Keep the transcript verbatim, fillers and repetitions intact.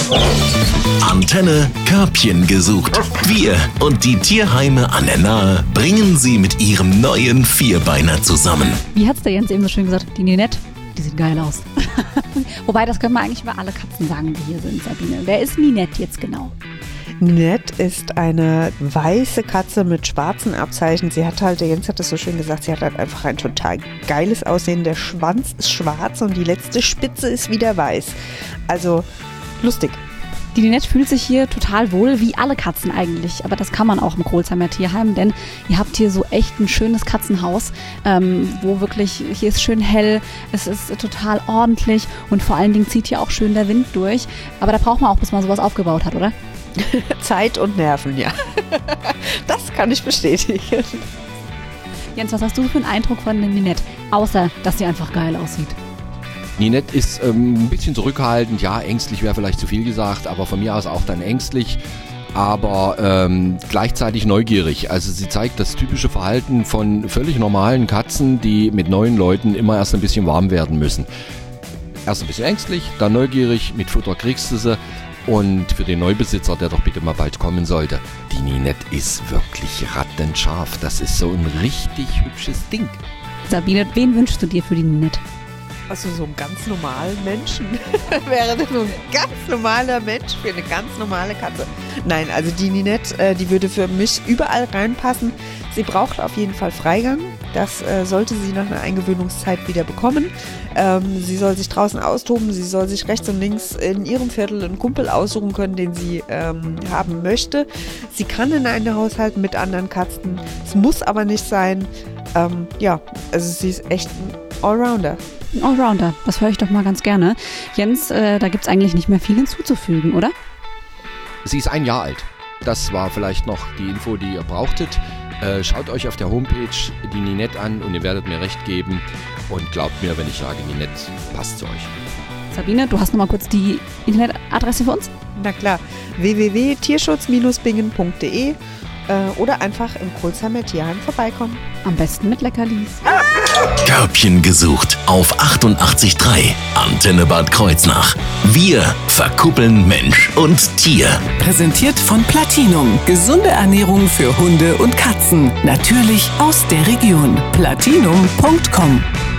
Antenne Körbchen gesucht. Wir und die Tierheime an der Nahe bringen sie mit ihrem neuen Vierbeiner zusammen. Wie hat's der Jens eben so schön gesagt? Die Ninette, die sieht geil aus. Wobei, das können wir eigentlich über alle Katzen sagen, die hier sind, Sabine. Wer ist Ninette jetzt genau? Ninette ist eine weiße Katze mit schwarzen Abzeichen. Sie hat halt, der Jens hat das so schön gesagt, sie hat halt einfach ein total geiles Aussehen. Der Schwanz ist schwarz und die letzte Spitze ist wieder weiß. Also lustig. Die Ninette fühlt sich hier total wohl, wie alle Katzen eigentlich. Aber das kann man auch im Kohlsheimer Tierheim, denn ihr habt hier so echt ein schönes Katzenhaus, ähm, wo wirklich, hier ist schön hell, es ist total ordentlich und vor allen Dingen zieht hier auch schön der Wind durch. Aber da braucht man auch, bis man sowas aufgebaut hat, oder? Zeit und Nerven, ja. Das kann ich bestätigen. Jens, was hast du für einen Eindruck von der Ninette? Außer, dass sie einfach geil aussieht. Ninette ist ähm, ein bisschen zurückhaltend, ja, ängstlich wäre vielleicht zu viel gesagt, aber von mir aus auch dann ängstlich, aber ähm, gleichzeitig neugierig. Also sie zeigt das typische Verhalten von völlig normalen Katzen, die mit neuen Leuten immer erst ein bisschen warm werden müssen. Erst ein bisschen ängstlich, dann neugierig, mit Futter kriegst du sie. Und für den Neubesitzer, der doch bitte mal bald kommen sollte, die Ninette ist wirklich rattenscharf. Das ist so ein richtig hübsches Ding. Sabine, wen wünschst du dir für die Ninette? Also so einen ganz normalen Menschen. Wäre das so ein ganz normaler Mensch für eine ganz normale Katze. Nein, also die Ninette, äh, die würde für mich überall reinpassen. Sie braucht auf jeden Fall Freigang. Das äh, sollte sie nach einer Eingewöhnungszeit wieder bekommen. Ähm, sie soll sich draußen austoben. Sie soll sich rechts und links in ihrem Viertel einen Kumpel aussuchen können, den sie ähm, haben möchte. Sie kann in einem Haushalt mit anderen Katzen. Es muss aber nicht sein. Ähm, ja, also sie ist echt ein Allrounder. Ein Allrounder, das höre ich doch mal ganz gerne. Jens, äh, da gibt es eigentlich nicht mehr viel hinzuzufügen, oder? Sie ist ein Jahr alt. Das war vielleicht noch die Info, die ihr brauchtet. Äh, schaut euch auf der Homepage die Ninette an und ihr werdet mir recht geben. Und glaubt mir, wenn ich sage, Ninette passt zu euch. Sabine, du hast noch mal kurz die Internetadresse für uns? Na klar, w w w punkt tierschutz bindestrich bingen punkt d e äh, oder einfach im Kohlsheimer Tierheim vorbeikommen. Am besten mit Leckerlis. Körbchen gesucht auf achtundachtzig Komma drei Antenne Bad Kreuznach. Wir verkuppeln Mensch und Tier. Präsentiert von Platinum. Gesunde Ernährung für Hunde und Katzen. Natürlich aus der Region. platinum punkt com